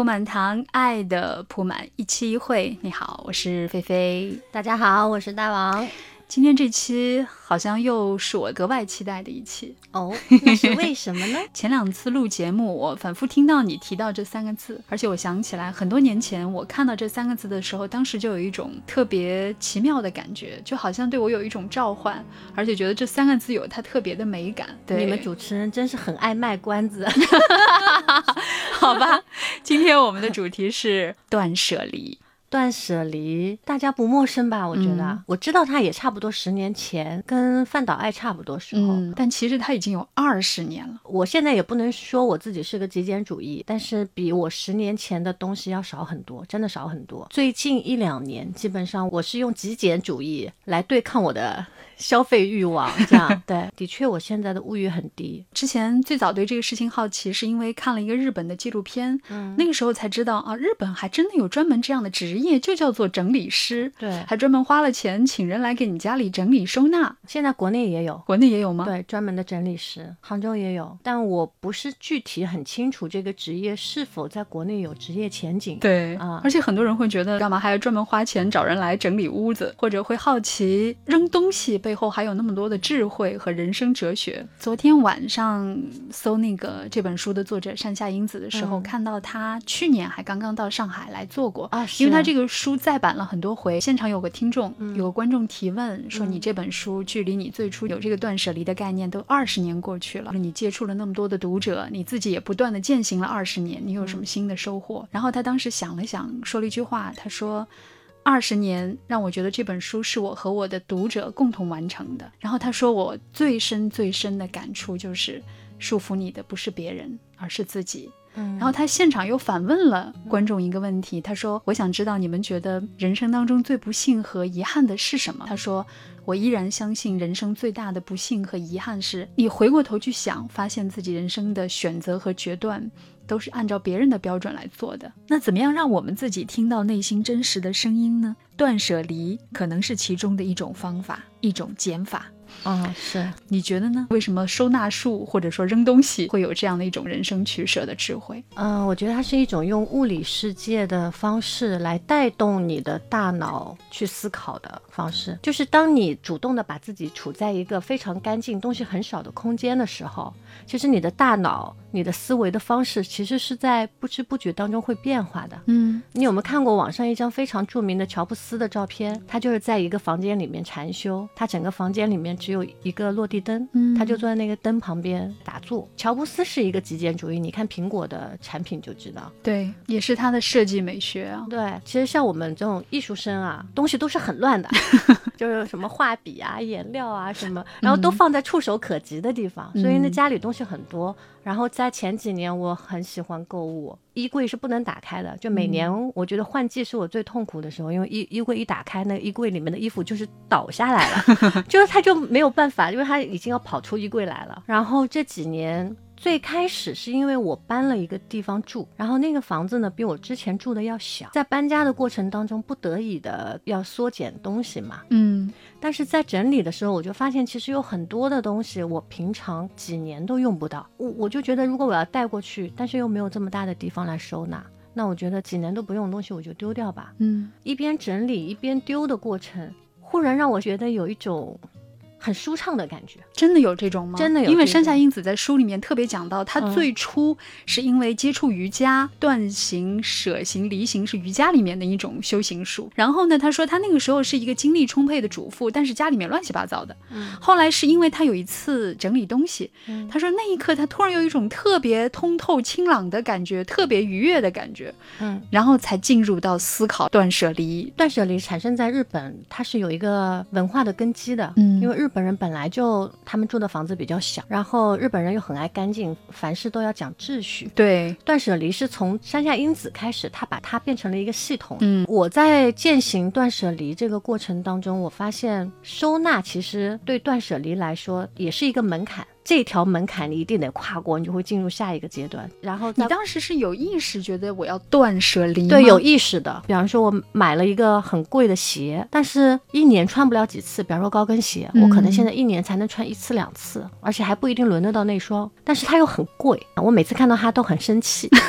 铺满堂，爱的铺满，一期一会。你好，我是菲菲。 大家好，我是大王。 今天这期好像又是我格外期待的一期哦，那是为什么呢？ 前两次录节目，我反复听到你提到这三个字，而且我想起来很多年前我看到这三个字的时候，当时就有一种特别奇妙的感觉，就好像对我有一种召唤，而且觉得这三个字有它特别的美感。对， 你们主持人真是很爱卖关子。 好吧，今天我们的主题是断舍离。 断舍离大家不陌生吧？我觉得、我知道它也差不多10年前，跟饭岛爱差不多时候、 但其实它已经有20年了。 我现在也不能说我自己是个极简主义，但是比我10年前的东西要少很多，真的少很多。最近1-2年基本上我是用极简主义来对抗我的消费欲望，这样对，的确我现在的物欲很低。 之前最早对这个事情好奇，是因为看了一个日本的纪录片，那个时候才知道啊，日本还真的有专门这样的职业，就叫做整理师。 对， 还专门花了钱请人来给你家里整理收纳。 现在国内也有。 国内也有吗？ 对，专门的整理师，杭州也有，但我不是具体很清楚这个职业是否在国内有职业前景。 对而且很多人会觉得干嘛还要专门花钱找人来整理屋子，或者会好奇扔东西背后还有那么多的智慧和人生哲学。昨天晚上搜这本书的作者山下英子的时候，看到他去年还刚刚到上海来做过因为他这个书再版了很多回。现场有个听众、有个观众提问说，你这本书距离你最初有这个断舍离的概念都20年过去了，你接触了那么多的读者，你自己也不断的践行了20年，你有什么新的收获？然后他当时想了想，说了一句话，他说20年让我觉得这本书是我和我的读者共同完成的。然后他说我最深的感触就是束缚你的不是别人，而是自己。然后他现场又反问了观众一个问题，他说我想知道你们觉得人生当中最不幸和遗憾的是什么？他说我依然相信人生最大的不幸和遗憾是你回过头去想，发现自己人生的选择和决断都是按照别人的标准来做的。那怎么样让我们自己听到内心真实的声音呢？断舍离可能是其中的一种方法，一种减法。 是。 你觉得呢？为什么收纳术或者说扔东西会有这样的一种人生取舍的智慧？ 我觉得它是一种用物理世界的方式来带动你的大脑去思考的方式。就是当你主动的把自己处在一个非常干净、东西很少的空间的时候，其实你的大脑、你的思维的方式其实是在不知不觉当中会变化的。你有没有看过网上一张非常著名的乔布斯的照片？他就是在一个房间里面禅修，他整个房间里面只有一个落地灯，他就坐在那个灯旁边打坐。乔布斯是一个极简主义，你看苹果的产品就知道。 对，也是他的设计美学啊。 对，其实像我们这种艺术生啊，东西都是很乱的就是什么画笔啊、颜料啊什么，然后都放在触手可及的地方，所以那家里东西很多。然后在前几年我很喜欢购物，衣柜是不能打开的，就每年我觉得换季是我最痛苦的时候，因为衣柜一打开，那衣柜里面的衣服就是倒下来了就是它就没有办法，因为它已经要跑出衣柜来了。然后这几年最开始是因为我搬了一个地方住，然后那个房子呢比我之前住的要小，在搬家的过程当中不得已的要缩减东西嘛。但是在整理的时候我就发现其实有很多的东西我平常几年都用不到，我就觉得如果我要带过去，但是又没有这么大的地方来收纳，那我觉得几年都不用的东西我就丢掉吧。一边整理一边丢的过程，忽然让我觉得有一种很舒畅的感觉。 真的有这种吗？ 真的有。 因为山下英子在书里面特别讲到，她最初是因为接触瑜伽，断行、舍行、离行是瑜伽里面的一种修行术。然后呢，她说她那个时候是一个精力充沛的主妇，但是家里面乱七八糟的。后来是因为她有一次整理东西，她说那一刻她突然有一种特别通透清朗的感觉，特别愉悦的感觉。然后才进入到思考断舍离。 断舍离产生在日本，它是有一个文化的根基的。因为日本人本来就他们住的房子比较小，然后日本人又很爱干净，凡事都要讲秩序。 对， 断舍离是从山下英子开始，他把它变成了一个系统。我在践行断舍离这个过程当中，我发现收纳其实对断舍离来说也是一个门槛。这条门槛你一定得跨过，你就会进入下一个阶段。然后你当时是有意识觉得我要断舍离吗？ 对，有意识的。比方说我买了一个很贵的鞋，但是一年穿不了几次，比方说高跟鞋，我可能现在一年才能穿1次2次，而且还不一定轮得到那双，但是它又很贵，我每次看到它都很生气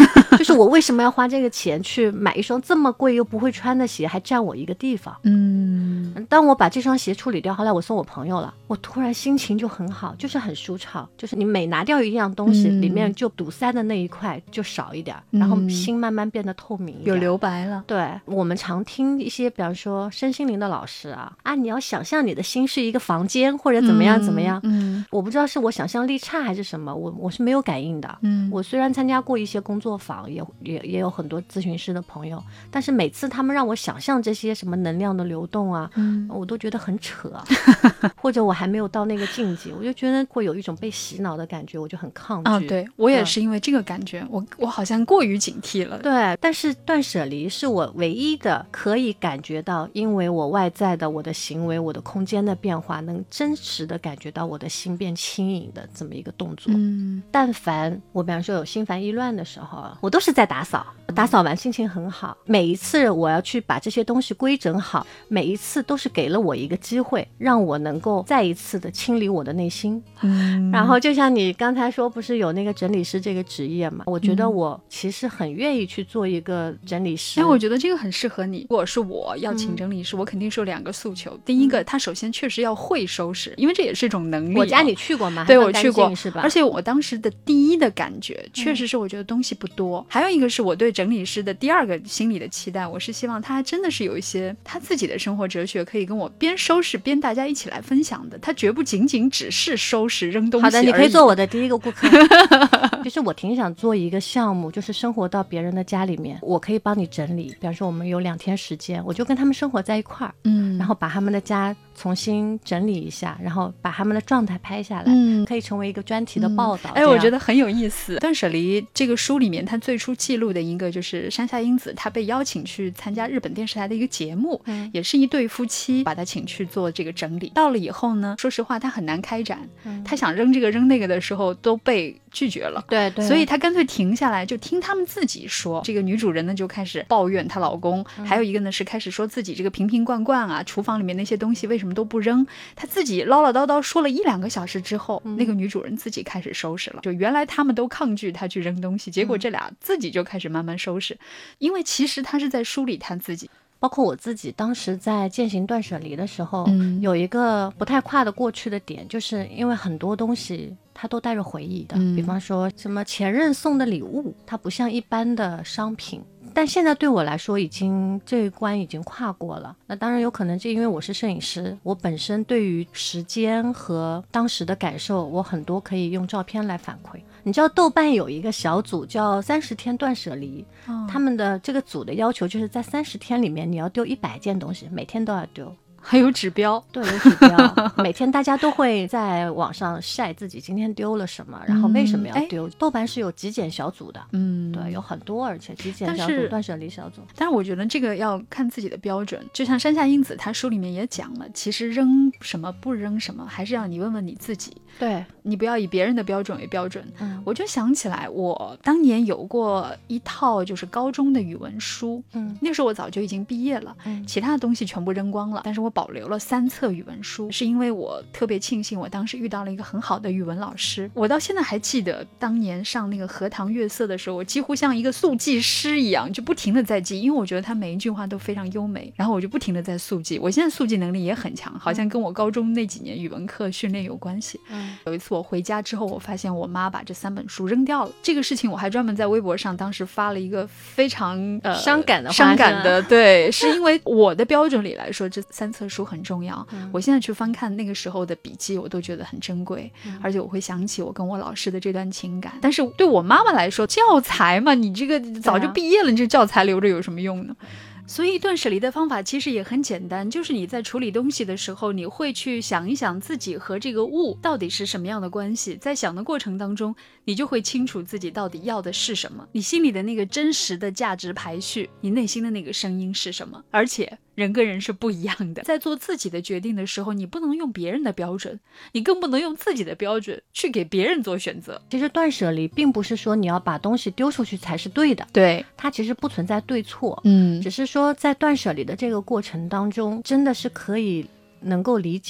就是我为什么要花这个钱去买一双这么贵又不会穿的鞋，还占我一个地方。当我把这双鞋处理掉，后来我送我朋友了，我突然心情就很好，就是很舒畅，就是你每拿掉一样东西，里面就堵塞的那一块就少一点，然后心慢慢变得透明一点， 有留白了。 对，我们常听一些比方说身心灵的老师啊，你要想象你的心是一个房间或者怎么样怎么样。我不知道是我想象力差还是什么，我是没有感应的。我虽然参加过一些工作坊，也有很多咨询师的朋友，但是每次他们让我想象这些什么能量的流动啊，我都觉得很扯或者我还没有到那个境界，我就觉得会有一种被洗脑的感觉，我就很抗拒。 对，我也是因为这个感觉，我好像过于警惕了。 对，但是断舍离是我唯一的可以感觉到，因为我外在的我的行为，我的空间的变化，能真实的感觉到我的心变轻盈的这么一个动作。但凡我比方说有心烦意乱的时候，我都是在打扫，打扫完心情很好，每一次我要去把这些东西规整好，每一次都是给了我一个机会，让我能够再一次的清理我的内心。然后就像你刚才说，不是有那个整理师这个职业嘛，我觉得我其实很愿意去做一个整理师。 我觉得这个很适合你。如果是我要请整理师，我肯定是有2个诉求。第一个，他首先确实要会收拾，因为这也是一种能力。 我家你去过吗？ 对，我去过， 是吧？ 而且我当时的第一的感觉确实是我觉得东西不多。还有一个是我对整理师的第2个心理的期待，我是希望他真的是有一些他自己的生活哲学，可以跟我边收拾边大家一起来分享的，他绝不仅仅只是收拾扔东西。 好的，你可以做我的第一个顾客就是我挺想做一个项目，就是生活到别人的家里面，我可以帮你整理。比方说我们有2天时间，我就跟他们生活在一块儿，然后把他们的家重新整理一下，然后把他们的状态拍下来，可以成为一个专题的报道。 我觉得很有意思。断舍离这个书里面，他最初记录的一个就是山下英子，他被邀请去参加日本电视台的一个节目，也是一对夫妻把他请去做这个整理。到了以后呢，说实话他很难开展，他想扔这个扔那个的时候都被拒绝了。 对对， 所以他干脆停下来，就听他们自己说。这个女主人呢就开始抱怨她老公，还有一个呢是开始说自己这个瓶瓶罐罐啊，厨房里面那些东西为什么都不扔。她自己唠唠叨叨说了1-2个小时之后，那个女主人自己开始收拾了。就原来他们都抗拒她去扔东西，结果这俩自己就开始慢慢收拾。因为其实她是在梳理她自己。 包括我自己当时在践行断舍离的时候，有一个不太跨得过去的点，就是因为很多东西它都带着回忆的，比方说什么前任送的礼物，它不像一般的商品，但现在对我来说这一关已经跨过了。那当然有可能是因为我是摄影师，我本身对于时间和当时的感受，我很多可以用照片来反馈。你知道豆瓣有一个小组叫30天断舍离，他们的这个组的要求就是在30天里面你要丢100件东西，每天都要丢。 还有指标。 对，有指标每天大家都会在网上晒自己今天丢了什么，然后为什么要丢。豆瓣是有极简小组的，对，有很多，而且极简小组、断舍离小组。 但是我觉得这个要看自己的标准，就像山下英子她书里面也讲了，其实扔什么不扔什么，还是要你问问你自己。 对， 你不要以别人的标准为标准。我就想起来我当年有过一套就是高中的语文书，那时候我早就已经毕业了，其他的东西全部扔光了，但是我保留了3册语文书，是因为我特别庆幸我当时遇到了一个很好的语文老师。我到现在还记得当年上那个荷塘月色的时候，我几乎像一个速记师一样，就不停的在记，因为我觉得他每一句话都非常优美，然后我就不停的在速记。我现在速记能力也很强，好像跟我高中那几年语文课训练有关系。有一次我回家之后，我发现我妈把这3本书扔掉了，这个事情我还专门在微博上当时发了一个非常伤感的，对，是因为我的标准里来说这3册书很重要。我现在去翻看那个时候的笔记，我都觉得很珍贵，而且我会想起我跟我老师的这段情感。但是对我妈妈来说，教材嘛，你这个早就毕业了，你这教材留着有什么用呢？所以断舍离的方法其实也很简单，就是你在处理东西的时候，你会去想一想自己和这个物到底是什么样的关系，在想的过程当中，你就会清楚自己到底要的是什么，你心里的那个真实的价值排序，你内心的那个声音是什么。而且人跟人是不一样的，在做自己的决定的时候，你不能用别人的标准，你更不能用自己的标准去给别人做选择。 其实断舍离并不是说你要把东西丢出去才是对的， 对， 它其实不存在对错，只是说在断舍离的这个过程当中，真的是可以能够理解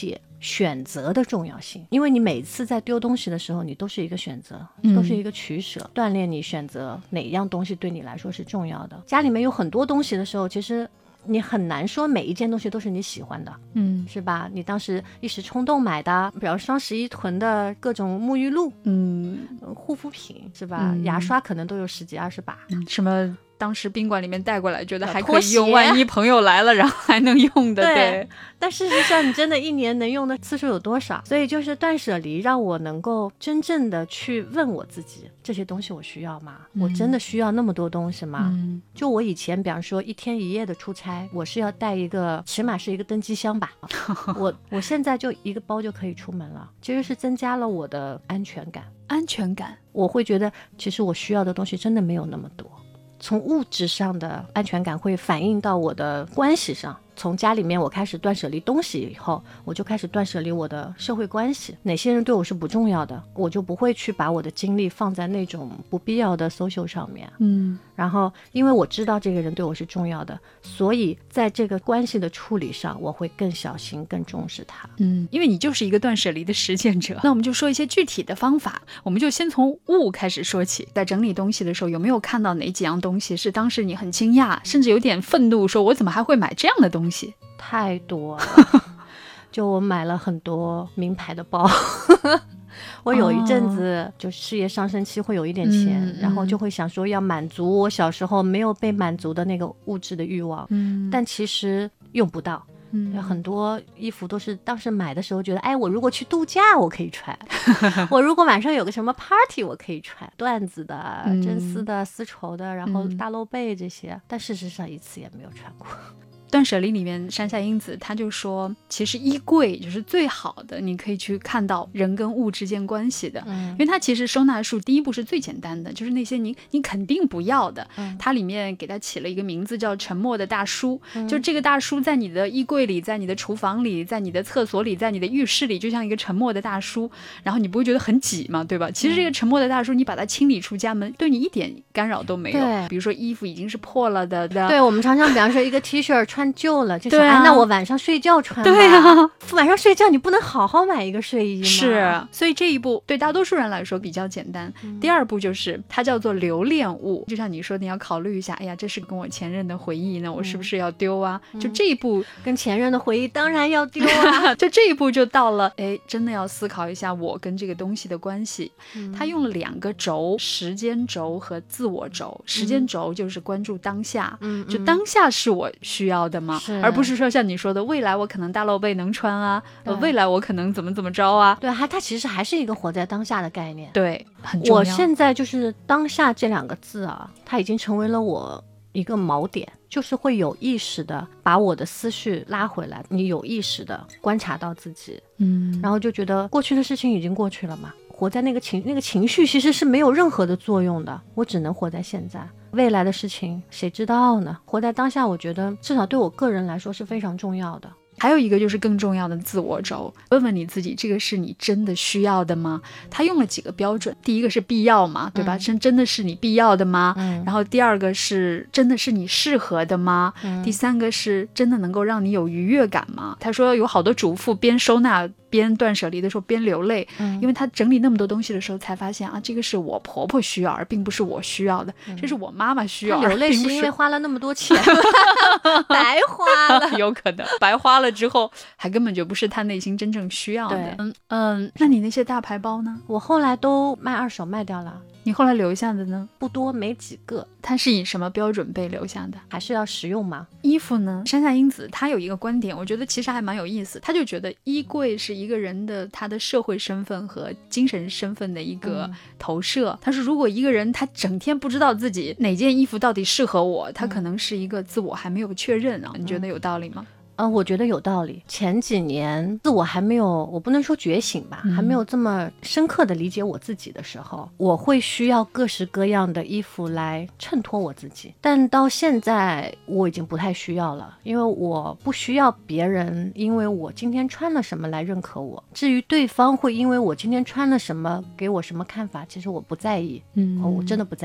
选择的重要性，因为你每次在丢东西的时候，你都是一个选择，都是一个取舍，锻炼你选择哪样东西对你来说是重要的。家里面有很多东西的时候，其实你很难说每一件东西都是你喜欢的，是吧？你当时一时冲动买的，比如双11囤的各种沐浴露，护肤品，是吧？牙刷可能都有10几20把， 什么当时宾馆里面带过来，觉得还可以用，万一朋友来了，然后还能用的。对。 但事实上，你真的一年能用的次数有多少？所以就是断舍离，让我能够真正的去问我自己，这些东西我需要吗？我真的需要那么多东西吗？就我以前，比方说1天1夜的出差，我是要带一个，起码是一个登机箱吧。我现在就一个包就可以出门了，其实是增加了我的安全感。我会觉得，其实我需要的东西真的没有那么多。从物质上的安全感会反映到我的关系上，从家里面我开始断舍离东西以后，我就开始断舍离我的社会关系，哪些人对我是不重要的，我就不会去把我的精力放在那种不必要的 social 上面。然后因为我知道这个人对我是重要的，所以在这个关系的处理上，我会更小心更重视他。 因为你就是一个断舍离的实践者。那我们就说一些具体的方法，我们就先从物开始说起。在整理东西的时候，有没有看到哪几样东西是当时你很惊讶，甚至有点愤怒，说我怎么还会买这样的东西？ 太多了。就我买了很多名牌的包。我有一阵子就事业上升期，会有一点钱，然后就会想说要满足我小时候没有被满足的那个物质的欲望，但其实用不到。很多衣服都是当时买的时候觉得，哎，我如果去度假我可以穿，我如果晚上有个什么 party 我可以穿，缎子的、真丝的、丝绸的，然后大露背这些，但事实上一次也没有穿过。 断舍离里面山下英子他就说，其实衣柜就是最好的，你可以去看到人跟物之间关系的。因为它其实收纳术第一步是最简单的，就是那些你肯定不要的。它里面给它起了一个名字叫沉默的大叔。就这个大叔在你的衣柜里，在你的厨房里，在你的厕所里，在你的浴室里，就像一个沉默的大叔，然后你不会觉得很挤嘛，对吧？其实这个沉默的大叔你把它清理出家门，对你一点干扰都没有。比如说衣服已经是破了的， 对，我们常常比方说一个 T 恤穿旧了，就想、那我晚上睡觉穿吧。 对啊， 晚上睡觉你不能好好买一个睡衣吗？ 是，所以这一步对大多数人来说比较简单。第二步就是它叫做留恋物，就像你说你要考虑一下，哎呀，这是跟我前任的回忆呢，我是不是要丢啊？就这一步跟前任的回忆当然要丢啊。 就这一步就到了，哎，真的要思考一下我跟这个东西的关系。他用了2个轴，时间轴和自我轴。时间轴就是关注当下，就当下是我需要的吗？而不是说像你说的未来我可能大露背能穿啊，未来我可能怎么着啊。 对，它其实还是一个活在当下的概念。 对，很重要。 我现在就是当下这2个字啊，它已经成为了我一个锚点，就是会有意识的把我的思绪拉回来，你有意识的观察到自己，然后就觉得过去的事情已经过去了嘛，活在那个情绪其实是没有任何的作用的，我只能活在现在，未来的事情谁知道呢？活在当下，我觉得至少对我个人来说是非常重要的。 还有一个就是更重要的自我轴，问问你自己，这个是你真的需要的吗？他用了几个标准，第一个是必要嘛，对吧？真的是你必要的吗？然后第二个是真的是你适合的吗？第三个是真的能够让你有愉悦感吗？他说有好多主妇边收纳边断舍离的时候边流泪，因为他整理那么多东西的时候才发现啊，这个是我婆婆需要，而并不是我需要的，这是我妈妈需要。 流泪是因为花了那么多钱白花了， 有可能白花了之后还根本就不是他内心真正需要的。那你那些大牌包呢？ 我后来都卖二手卖掉了。 你后来留下的呢？ 不多，没几个。 它是以什么标准被留下的？ 还是要实用嘛。 衣服呢？山下英子她有一个观点，我觉得其实还蛮有意思。她就觉得衣柜是一个人的他的社会身份和精神身份的一个投射。她说如果一个人他整天不知道自己哪件衣服到底适合我，他可能是一个自我还没有确认啊。你觉得有道理吗？ 我觉得有道理。前几年自我还没有，我不能说觉醒吧，还没有这么深刻的理解我自己的时候，我会需要各式各样的衣服来衬托我自己。但到现在我已经不太需要了，因为我不需要别人因为我今天穿了什么来认可我。至于对方会因为我今天穿了什么给我什么看法，其实我不在意，我真的不在意。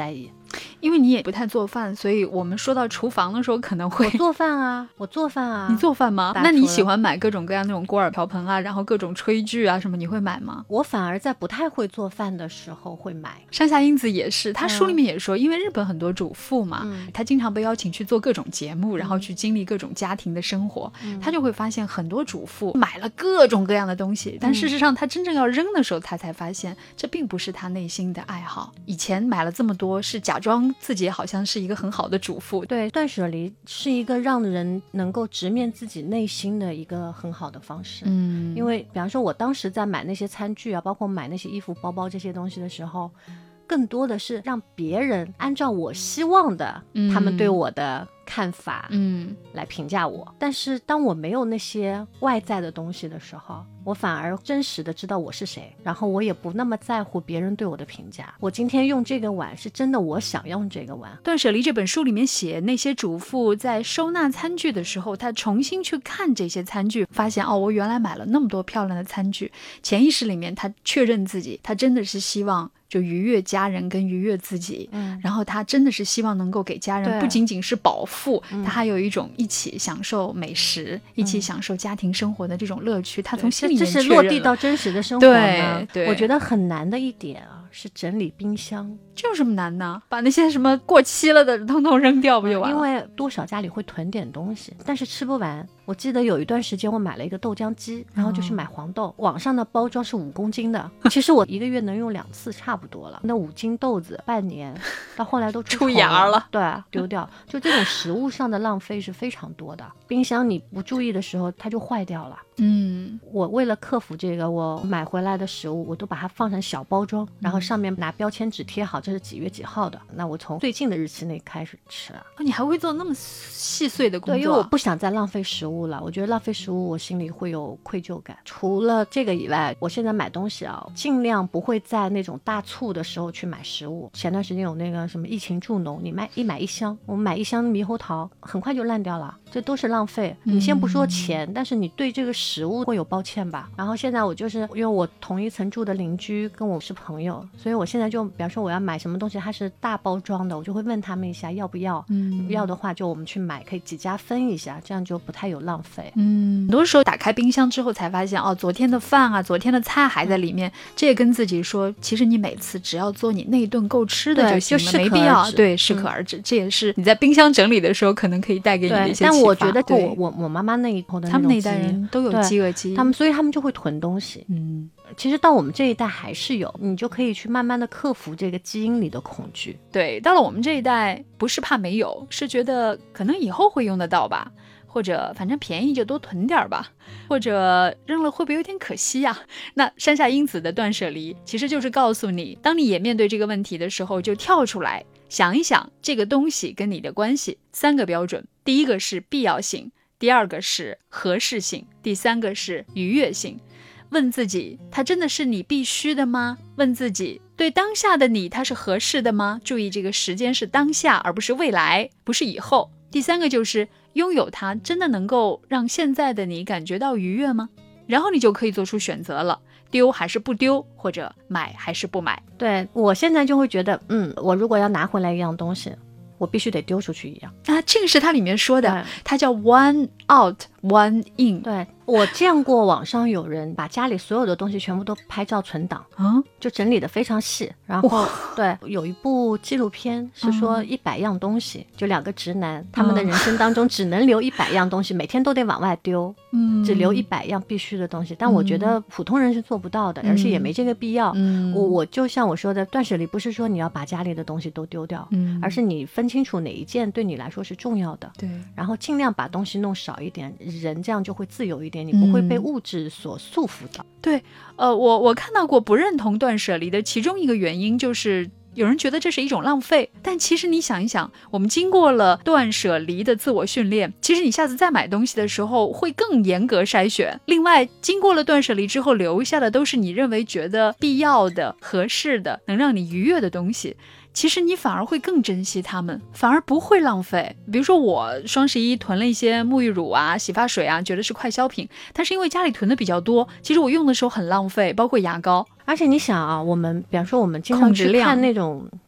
因为你也不太做饭，所以我们说到厨房的时候可能会我做饭啊。 你做饭吗？ 大厨了。 那你喜欢买各种各样那种锅碗瓢盆啊，然后各种炊具啊什么，你会买吗？ 我反而在不太会做饭的时候会买。 山下英子也是，她书里面也说，因为日本很多主妇嘛，她经常被邀请去做各种节目，然后去经历各种家庭的生活，她就会发现很多主妇买了各种各样的东西，但事实上她真正要扔的时候，她才发现这并不是她内心的爱好。以前买了这么多是假装自己好像是一个很好的主妇。 对，断舍离是一个让人能够直面自己内心的一个很好的方式。因为比方说我当时在买那些餐具啊，包括买那些衣服包包这些东西的时候，更多的是让别人按照我希望的他们对我的看法来评价我。但是当我没有那些外在的东西的时候，我反而真实的知道我是谁，然后我也不那么在乎别人对我的评价。我今天用这个碗是真的我想用这个碗。 断舍离这本书里面写那些主妇在收纳餐具的时候，她重新去看这些餐具，发现我原来买了那么多漂亮的餐具。潜意识里面她确认自己，她真的是希望就愉悦家人跟愉悦自己，然后她真的是希望能够给家人不仅仅是饱腹，她还有一种一起享受美食，一起享受家庭生活的这种乐趣。她从心里面确认了， 这是落地到真实的生活呢。 对， 我觉得很难的一点啊，是整理冰箱。 这有什么难呢？把那些什么过期了的通通扔掉不就完了？ 因为多少家里会囤点东西，但是吃不完。我记得有一段时间我买了一个豆浆机，然后就去买黄豆，网上的包装是5公斤的，其实我一个月能用2次差不多了。那5斤豆子半年到后来都出芽了， 对，丢掉。就这种食物上的浪费是非常多的。冰箱你不注意的时候它就坏掉了。我为了克服这个，我买回来的食物我都把它放成小包装，然后上面拿标签纸贴好这是几月几号的，那我从最近的日期内开始吃了。 你还会做那么细碎的工作？ 对，因为我不想再浪费食物了，我觉得浪费食物我心里会有愧疚感。除了这个以外，我现在买东西啊，尽量不会在那种大促的时候去买食物。前段时间有那个什么疫情助农，你买一箱，我们买1箱猕猴桃很快就烂掉了，这都是浪费。你先不说钱，但是你对这个食物会有抱歉吧。然后现在我就是因为我同一层住的邻居跟我是朋友，所以我现在就比方说我要买什么东西它是大包装的，我就会问他们一下要不要，要的话就我们去买，可以几家分一下，这样就不太有浪费。 很多时候打开冰箱之后才发现昨天的饭啊，昨天的菜还在里面，这也跟自己说其实你每次只要做你那一顿够吃的就行了，没必要适可而止。这也是你在冰箱整理的时候可能可以带给你的一些启发。 但我觉得我妈妈那一头的那种他们那一代人都有饥饿记忆， 所以他们就会囤东西。其实到我们这一代还是有，你就可以去慢慢的克服这个基因里的恐惧。 对，到了我们这一代不是怕没有，是觉得可能以后会用得到吧，或者反正便宜就多囤点吧，或者扔了会不会有点可惜呀？那山下英子的断舍离其实就是告诉你，当你也面对这个问题的时候，就跳出来想一想这个东西跟你的关系。3个标准，第一个是必要性，第2个是合适性，第3个是愉悦性。问自己，它真的是你必须的吗？问自己，对当下的你它是合适的吗？注意这个时间是当下，而不是未来，不是以后。第3个就是拥有它真的能够让现在的你感觉到愉悦吗？然后你就可以做出选择了，丢还是不丢，或者买还是不买。 对，我现在就会觉得我如果要拿回来一样东西，我必须得丢出去一样啊，这个是它里面说的，它叫 one out one in。 对，我见过网上有人把家里所有的东西全部都拍照存档，就整理得非常细。然后对，有一部纪录片是说100样东西，就2个直男，他们的人生当中只能留100样东西，每天都得往外丢，只留100样必须的东西。但我觉得普通人是做不到的，而且也没这个必要。我就像我说的，断舍离不是说你要把家里的东西都丢掉，而是你分清楚哪一件对你来说是重要的， 对， 然后尽量把东西弄少一点，人这样就会自由一点，你不会被物质所束缚到。 对，我看到过不认同断舍离的其中一个原因就是有人觉得这是一种浪费，但其实你想一想，我们经过了断舍离的自我训练，其实你下次再买东西的时候会更严格筛选。另外，经过了断舍离之后留下的都是你认为觉得必要的、合适的、能让你愉悦的东西，其实你反而会更珍惜它们，反而不会浪费。比如说我双11囤了一些沐浴乳啊、洗发水啊，觉得是快消品，但是因为家里囤的比较多，其实我用的时候很浪费，包括牙膏。 而且你想啊，我们比方说我们经常去看那种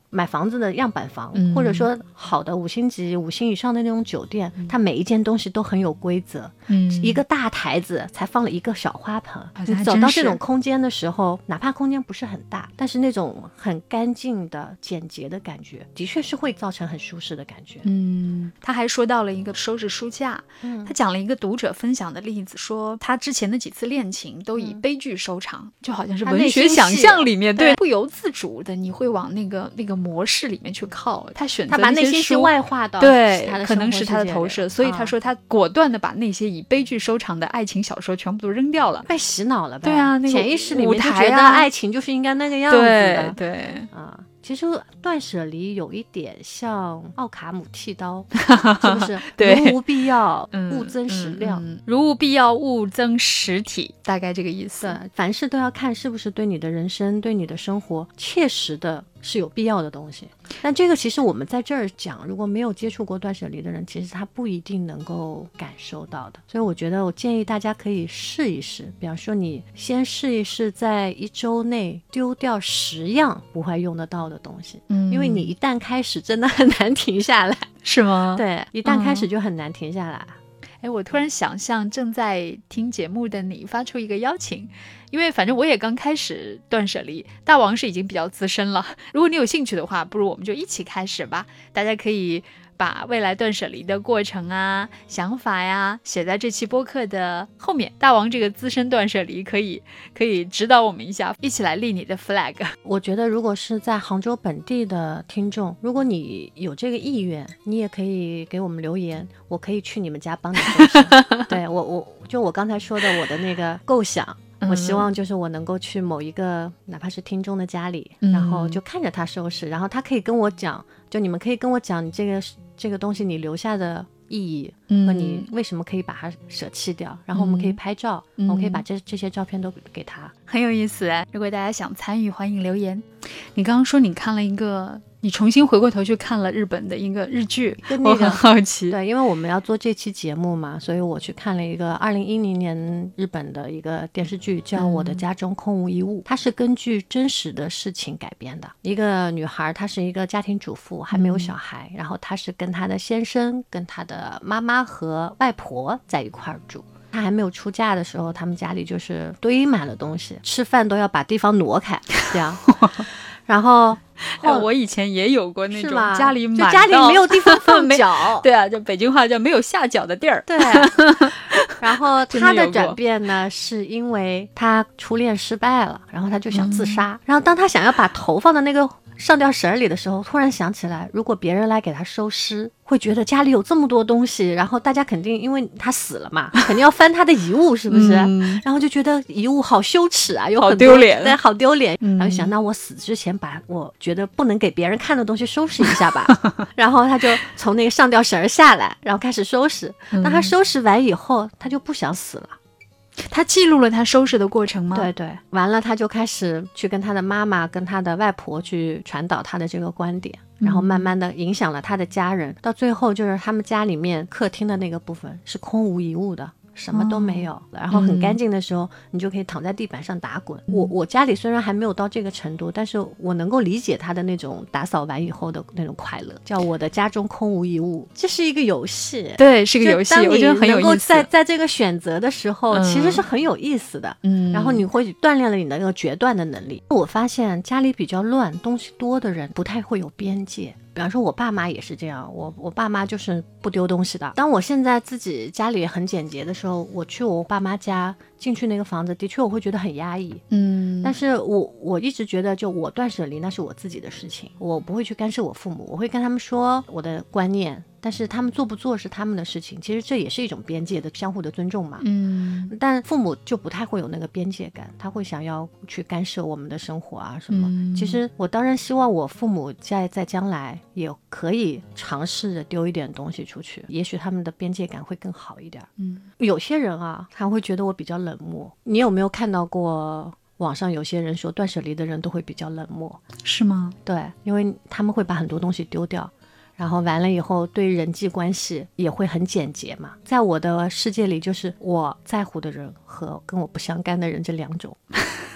买房子的样板房，或者说好的5星级5星以上的那种酒店，它每一件东西都很有规则，一个大台子才放了一个小花盆，你走到这种空间的时候，哪怕空间不是很大，但是那种很干净的简洁的感觉的确是会造成很舒适的感觉。 他还说到了一个收拾书架，他讲了一个读者分享的例子，说他之前的几次恋情都以悲剧收场，就好像是文学想象里面，对，不由自主的你会往那个模式里面去靠。他选择他把内心戏外化到对，可能是他的投射，所以他说他果断的把那些以悲剧收场的爱情小说全部都扔掉了， 被洗脑了呗。 对啊，那个潜意识里面就觉得爱情就是应该那个样子的。 对啊。其实断舍离有一点像奥卡姆剃刀，是不是？如无必要，勿增食量。 如无必要，勿增实体，大概这个意思。 凡事都要看是不是对你的人生、对你的生活切实的是有必要的东西。但这个其实我们在这儿讲，如果没有接触过断舍离的人，其实他不一定能够感受到的。所以我觉得我建议大家可以试一试，比方说你先试一试在1周内丢掉10样不会用得到的东西，因为你一旦开始真的很难停下来。 是吗？ 对，一旦开始就很难停下来。 我突然想象正在听节目的你发出一个邀请，因为反正我也刚开始断舍离，大王是已经比较资深了，如果你有兴趣的话，不如我们就一起开始吧。大家可以把未来断舍离的过程啊、想法呀写在这期播客的后面，大王这个资深断舍离可以指导我们一下，一起来立你的 flag。 我觉得如果是在杭州本地的听众，如果你有这个意愿，你也可以给我们留言，我可以去你们家帮你收拾。对，我刚才说的我的那个构想，我希望就是我能够去某一个哪怕是听众的家里，然后就看着他收拾，然后他可以跟我讲，就你们可以跟我讲你这个东西你留下的意义和你为什么可以把它舍弃掉，然后我们可以拍照，我可以把这些照片都给他。 很有意思。如果大家想参与，欢迎留言。你刚刚说你看了一个，你重新回过头去看了日本的一个日剧，我很好奇。 对，因为我们要做这期节目嘛，所以我去看了一个2010年日本的一个电视剧，叫《我的家中空无一物》，它是根据真实的事情改编的。一个女孩，她是一个家庭主妇，还没有小孩，然后她是跟她的先生、跟她的妈妈和外婆在一块儿住。她还没有出嫁的时候，他们家里就是堆满了东西，吃饭都要把地方挪开，这样。然后我以前也有过那种家里满到就家里没有地方放脚。 对啊，就北京话叫没有下脚的地儿。 对。然后他的转变呢，是因为他初恋失败了，然后他就想自杀。然后当他想要把头放到那个上吊绳里的时候，突然想起来，如果别人来给他收尸，会觉得家里有这么多东西，然后大家肯定因为他死了嘛，肯定要翻他的遗物，是不是？然后就觉得遗物好羞耻啊，有很多好丢脸， 对，好丢脸。然后就想，那我死之前把我觉得不能给别人看的东西收拾一下吧。然后他就从那个上吊绳下来，然后开始收拾。当他收拾完以后，他就不想死了。 他记录了他收拾的过程吗？ 对对，完了他就开始去跟他的妈妈跟他的外婆去传导他的这个观点，然后慢慢的影响了他的家人，到最后就是他们家里面客厅的那个部分是空无一物的，什么都没有，然后很干净的时候，你就可以躺在地板上打滚。我家里虽然还没有到这个程度，但是我能够理解他的那种打扫完以后的那种快乐，叫我的家中空无一物。这是一个游戏， 对，是个游戏，我觉得很有意思。 能够在这个选择的时候，其实是很有意思的。然后你会锻炼了你的那个决断的能力。我发现家里比较乱、东西多的人不太会有边界。比方说我爸妈也是这样，我爸妈就是不丢东西的。当我现在自己家里很简洁的时候，我去我爸妈家进去那个房子，的确我会觉得很压抑。但是我一直觉得就我断舍离那是我自己的事情，我不会去干涉我父母，我会跟他们说我的观念，但是他们做不做是他们的事情，其实这也是一种边界的相互的尊重嘛。但父母就不太会有那个边界感，他会想要去干涉我们的生活啊什么。其实我当然希望我父母在将来也可以尝试着丢一点东西出去，也许他们的边界感会更好一点。有些人啊，他会觉得我比较冷漠。你有没有看到过网上有些人说断舍离的人都会比较冷漠？ 是吗？ 对，因为他们会把很多东西丢掉，然后完了以后对人际关系也会很简洁嘛。在我的世界里，就是我在乎的人和跟我不相干的人这两种。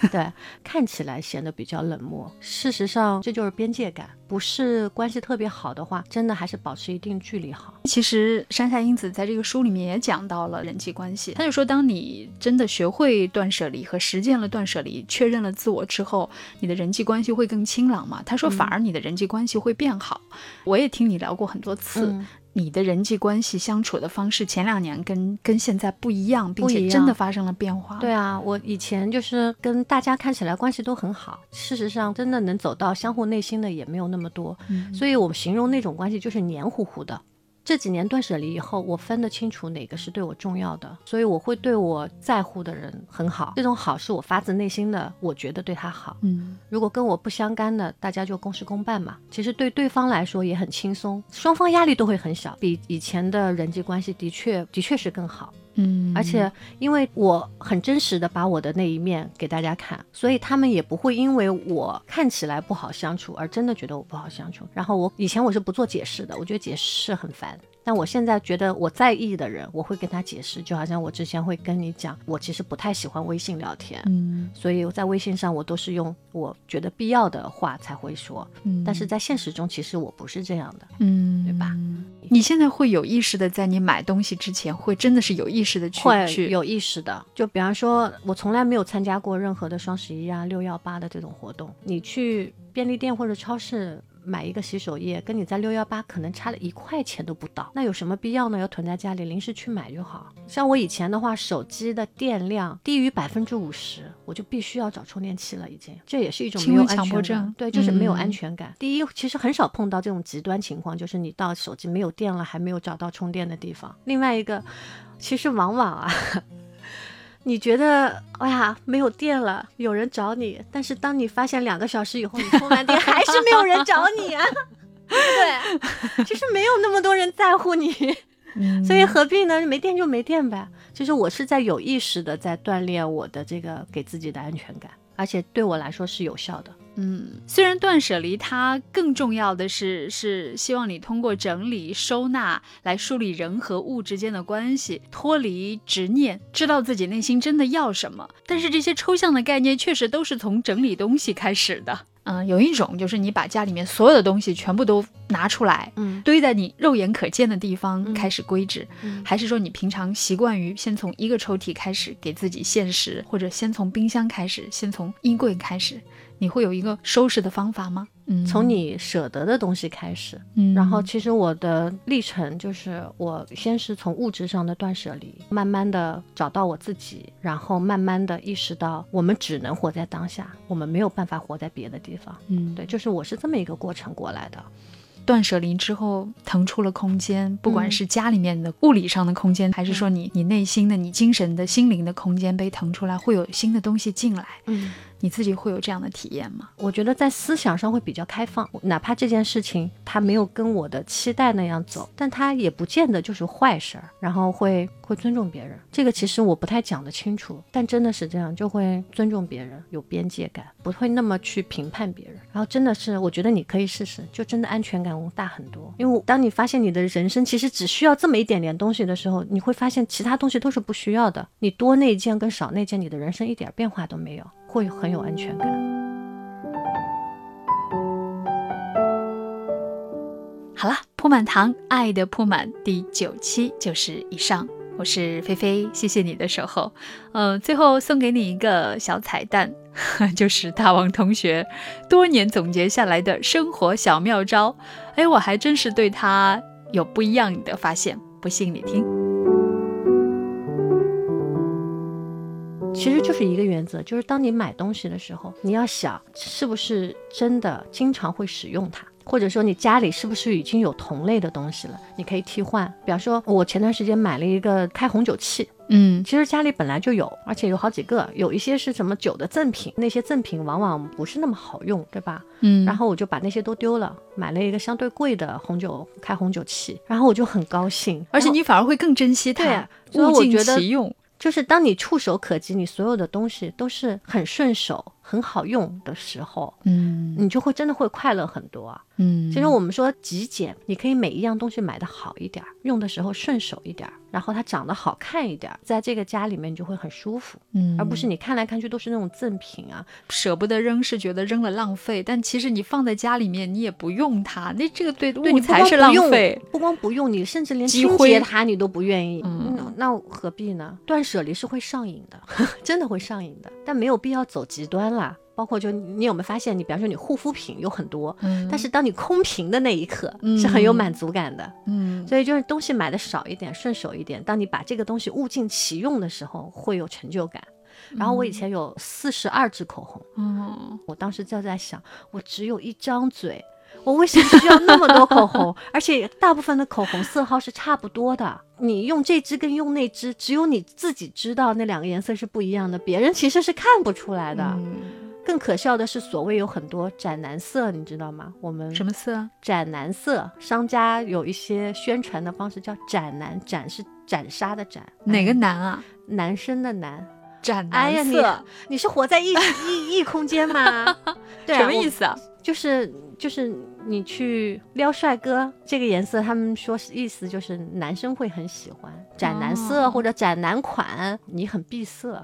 对，看起来显得比较冷漠，事实上这就是边界感，不是关系特别好的话，真的还是保持一定距离好。 其实山下英子在这个书里面也讲到了人际关系，他就说当你真的学会断舍离和实践了断舍离，确认了自我之后，你的人际关系会更清朗嘛。他说反而你的人际关系会变好。我也听你聊过很多次，你的人际关系相处的方式前2年跟现在不一样，并且真的发生了变化。 对啊，我以前就是跟大家看起来关系都很好，事实上真的能走到相互内心的也没有那么多，所以我们形容那种关系就是黏糊糊的。这几年断舍离以后，我分得清楚哪个是对我重要的，所以我会对我在乎的人很好，这种好是我发自内心的，我觉得对他好。如果跟我不相干的，大家就公事公办嘛。其实对对方来说也很轻松，双方压力都会很小，比以前的人际关系的确是更好。而且因为我很真实的把我的那一面给大家看，所以他们也不会因为我看起来不好相处而真的觉得我不好相处。然后以前我是不做解释的，我觉得解释很烦，但我现在觉得我在意的人我会跟他解释，就好像我之前会跟你讲我其实不太喜欢微信聊天，所以在微信上我都是用我觉得必要的话才会说，但是在现实中其实我不是这样的，对吧？ 你现在会有意识的在你买东西之前会真的是有意识的会有意识的，就比方说我从来没有参加过任何的双11啊618的这种活动，你去便利店或者超市买一个洗手液，跟你在618可能差了1块钱都不到，那有什么必要呢？要囤在家里临时去买就好。像我以前的话，手机的电量低于50%，我就必须要找充电器了，已经，这也是一种没有安全感。强迫症，对，就是没有安全感。第一，其实很少碰到这种极端情况，就是你到手机没有电了还没有找到充电的地方。另外一个，其实往往啊你觉得哎呀没有电了，有人找你，但是当你发现2个小时以后你充完电还是没有人找你啊对，其实没有那么多人在乎你所以何必呢？没电就没电呗。其实我是在有意识的在锻炼我的这个给自己的安全感，而且对我来说是有效的。 虽然断舍离它更重要的是希望你通过整理收纳来梳理人和物之间的关系，脱离执念，知道自己内心真的要什么，但是这些抽象的概念确实都是从整理东西开始的。有一种就是你把家里面所有的东西全部都拿出来，堆在你肉眼可见的地方开始归置，还是说你平常习惯于先从一个抽屉开始给自己限时，或者先从冰箱开始，先从衣柜开始，你会有一个收拾的方法吗？ 从你舍得的东西开始，然后其实我的历程就是我先是从物质上的断舍离，慢慢的找到我自己，然后慢慢的意识到我们只能活在当下，我们没有办法活在别的地方。对，就是我是这么一个过程过来的。 断舍离之后腾出了空间，不管是家里面的物理上的空间，还是说你内心的你精神的心灵的空间被腾出来，会有新的东西进来。你自己会有这样的体验吗？ 我觉得在思想上会比较开放，哪怕这件事情它没有跟我的期待那样走，但它也不见得就是坏事儿，然后会尊重别人。这个其实我不太讲得清楚，但真的是这样，就会尊重别人，有边界感，不会那么去评判别人。然后真的是我觉得你可以试试，就真的安全感大很多。因为当你发现你的人生其实只需要这么一点点东西的时候，你会发现其他东西都是不需要的，你多那件跟少那件，你的人生一点变化都没有，会很有安全感。 好了，铺满堂爱的铺满第9期就是以上，我是菲菲，谢谢你的守候。最后送给你一个小彩蛋，就是大王同学多年总结下来的生活小妙招。我还真是对他有不一样的发现，不信你听。 其实就是一个原则，就是当你买东西的时候，你要想是不是真的经常会使用它，或者说你家里是不是已经有同类的东西了，你可以替换。比方说我前段时间买了一个开红酒器，其实家里本来就有，而且有好几个，有一些是什么酒的赠品，那些赠品往往不是那么好用，对吧？然后我就把那些都丢了，买了一个相对贵的开红酒器，然后我就很高兴， 而且你反而会更珍惜它，物尽其用。 就是当你触手可及，你所有的东西都是很顺手很好用的时候， 嗯你就会真的会快乐很多啊。其实我们说极简，你可以每一样东西买的好一点，用的时候顺手一点，然后它长得好看一点，在这个家里面你就会很舒服，而不是你看来看去都是那种赠品啊， 舍不得扔是觉得扔了浪费，但其实你放在家里面你也不用它，那这个对你物才是浪费。 不光不用，你甚至连积灰清洁它你都不愿意，那何必呢？断舍离是会上瘾的真的会上瘾的，但没有必要走极端啦。包括就你有没有发现，你比方说你护肤品有很多，但是当你空瓶的那一刻，是很有满足感的。所以就是东西买的少一点，顺手一点，当你把这个东西物尽其用的时候，会有成就感。然后我以前有42支口红，我当时就在想，我只有一张嘴，我为什么需要那么多口红？而且大部分的口红色号是差不多的，你用这支跟用那支，只有你自己知道那两个颜色是不一样的，别人其实是看不出来的。更可笑的是，所谓有很多斩男色，你知道吗？我们什么色？ 斩男色，商家有一些宣传的方式叫斩男，斩是斩杀的斩， 哪个男啊？ 男生的男。 斩男色。 哎呀，你是活在异空间吗？对啊， 什么意思啊？ 就是你去撩帅哥，这个颜色他们说是意思就是男生会很喜欢，斩男色或者斩男款，你很闭塞。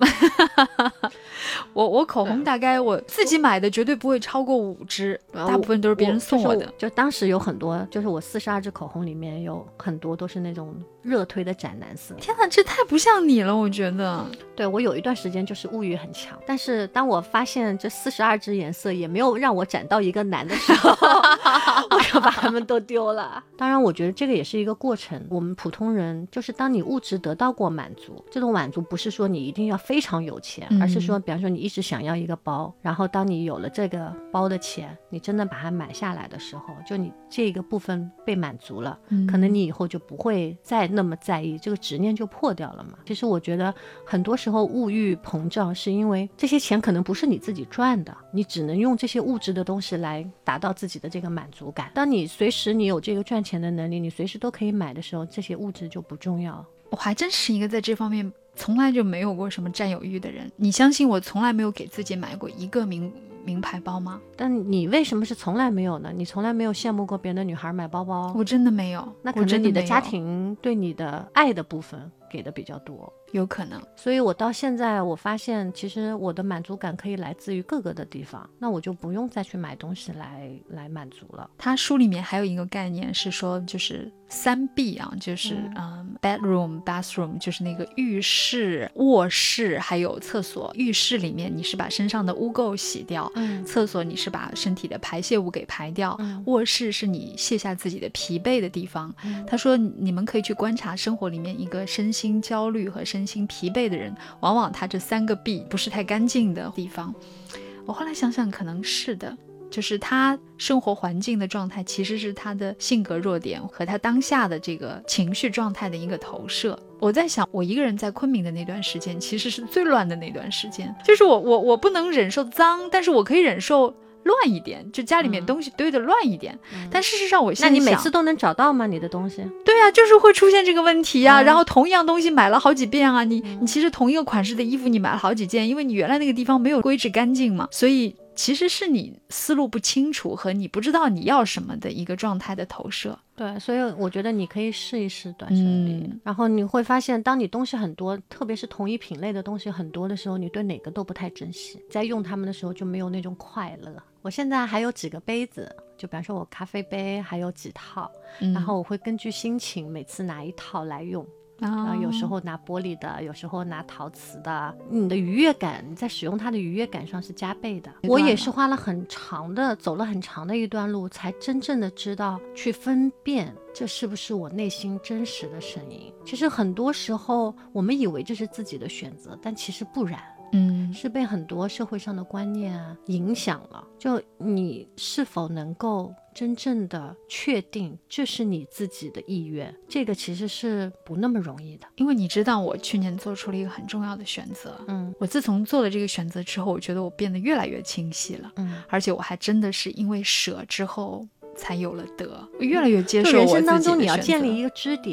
我口红大概我自己买的绝对不会超过5支，大部分都是别人送我的。 就当时有很多，就是我42支口红里面有很多都是那种热推的斩男色。 天哪，这太不像你了，我觉得。 对，我有一段时间就是物欲很强，但是当我发现这42支颜色也没有让我斩到一个男的时候我就把它们都丢了。当然我觉得这个也是一个过程，我们普通人就是当你物质得到过满足，这种满足不是说你一定要非常有钱，而是说比方说你一直想要一个包，然后当你有了这个包的钱，你真的把它买下来的时候，就你这个部分被满足了，可能你以后就不会再那么在意，这个执念就破掉了嘛。其实我觉得很多时候物欲膨胀是因为这些钱可能不是你自己赚的，你只能用这些物质的东西来达到自己的这个满足感。当你随时你有这个赚钱的能力，你随时都可以买的时候，这些物质就不重要。 我还真是一个在这方面从来就没有过什么占有欲的人。你相信我从来没有给自己买过一个名牌包吗？ 但你为什么是从来没有呢？你从来没有羡慕过别的女孩买包包？ 我真的没有。 那可能你的家庭对你的爱的部分给的比较多， 有可能。 所以我到现在我发现其实我的满足感可以来自于各个的地方，那我就不用再去买东西来满足了。 他书里面还有一个概念是说就是3B 啊，就是bedroom bathroom， 就是那个浴室卧室还有厕所。浴室里面你是把身上的污垢洗掉，厕所你是把身体的排泄物给排掉，卧室是你卸下自己的疲惫的地方。他说你们可以去观察生活里面一个身心焦虑和身心疲惫的人，往往他这3个 B 不是太干净的地方。我后来想想可能是的，就是他生活环境的状态其实是他的性格弱点和他当下的这个情绪状态的一个投射。我在想我一个人在昆明的那段时间其实是最乱的那段时间，就是我不能忍受脏，但是我可以忍受乱一点，就家里面东西堆得乱一点，但事实上我现在想， 那你每次都能找到吗？你的东西？ 对啊，就是会出现这个问题啊。然后同一样东西买了好几遍啊，你其实同一个款式的衣服你买了好几件，因为你原来那个地方没有归置干净嘛，所以其实是你思路不清楚和你不知道你要什么的一个状态的投射。 对，所以我觉得你可以试一试断舍离，然后你会发现当你东西很多，特别是同一品类的东西很多的时候，你对哪个都不太珍惜，在用它们的时候就没有那种快乐。我现在还有几个杯子，就比方说我咖啡杯还有几套，然后我会根据心情每次拿一套来用，有时候拿玻璃的，有时候拿陶瓷的，你的愉悦感，你在使用它的愉悦感上是加倍的。我也是花了走了很长的一段路，才真正的知道去分辨这是不是我内心真实的声音。其实很多时候我们以为这是自己的选择，但其实不然，是被很多社会上的观念影响了。就你是否能够真正的确定这是你自己的意愿，这个其实是不那么容易的。 因为你知道我去年做出了一个很重要的选择，我自从做了这个选择之后，我觉得我变得越来越清晰了，而且我还真的是因为舍之后才有了得，我越来越接受我自己的选择。 人生当中你要建立一个支点，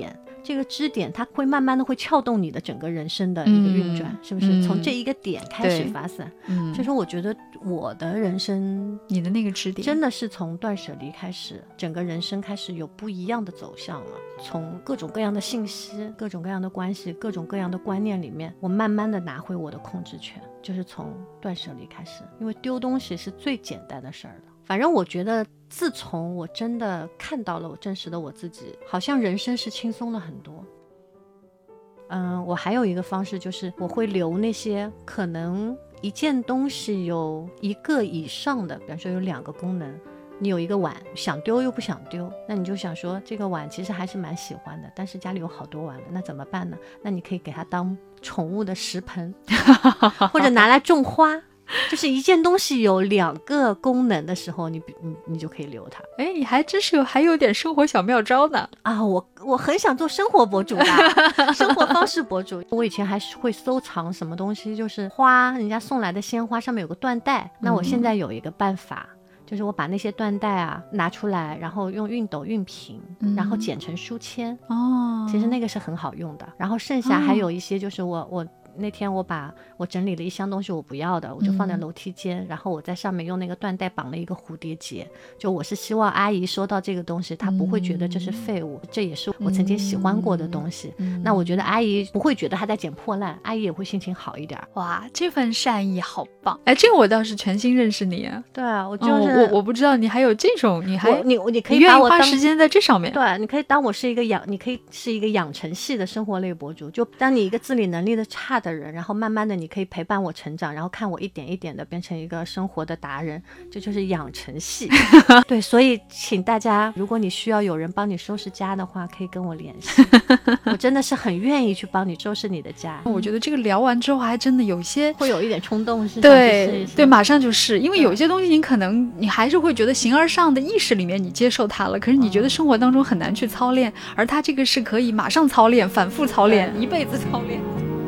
这个支点它会慢慢的会撬动你的整个人生的一个运转，是不是从这一个点开始发散。所以说我觉得我的人生， 你的那个支点真的是从断舍离开始，整个人生开始有不一样的走向了。从各种各样的信息，各种各样的关系，各种各样的观念里面，我慢慢的拿回我的控制权，就是从断舍离开始。因为丢东西是最简单的事儿了。反正我觉得自从我真的看到了我真实的我自己，好像人生是轻松了很多。我还有一个方式，就是我会留那些可能一件东西有一个以上的，比方说有2个功能，你有一个碗想丢又不想丢，那你就想说这个碗其实还是蛮喜欢的，但是家里有好多碗了，那怎么办呢？那你可以给它当宠物的食盆或者拿来种花。就是一件东西有2个功能的时候，你就可以留它。 哎，你还真是还有点生活小妙招呢啊！我很想做生活博主的生活方式博主。我以前还是会收藏什么东西，就是花，人家送来的鲜花上面有个缎带。那我现在有一个办法，就是我把那些缎带啊拿出来，然后用熨斗熨平，然后剪成书签。其实那个是很好用的。然后剩下还有一些，就是我那天我整理了一箱东西我不要的，我就放在楼梯间，然后我在上面用那个缎带绑了一个蝴蝶结，就我是希望阿姨收到这个东西，她不会觉得这是废物，这也是我曾经喜欢过的东西。那我觉得阿姨不会觉得她在捡破烂，阿姨也会心情好一点。 哇，这份善意好棒！哎，这个我倒是全新认识你。 对啊，我就是、 我不知道你还有这种，你可以把我花时间在这上面。 对，你可以当我是一个你可以是一个养成系的生活类博主，就当你一个自理能力的差的人，然后慢慢的你可以陪伴我成长，然后看我一点一点的变成一个生活的达人，这就是养成系对，所以请大家，如果你需要有人帮你收拾家的话，可以跟我联系我真的是很愿意去帮你收拾你的家。 我觉得这个聊完之后还真的有些会有一点冲动，是对对，马上就是因为有些东西你还是会觉得形而上的意识里面你接受它了，可是你觉得生活当中很难去操练，而它这个是可以马上操练，反复操练，一辈子操练。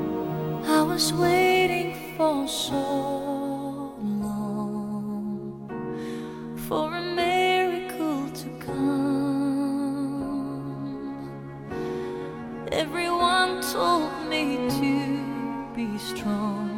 I was waiting for so long for a miracle to come. Everyone told me to be strong,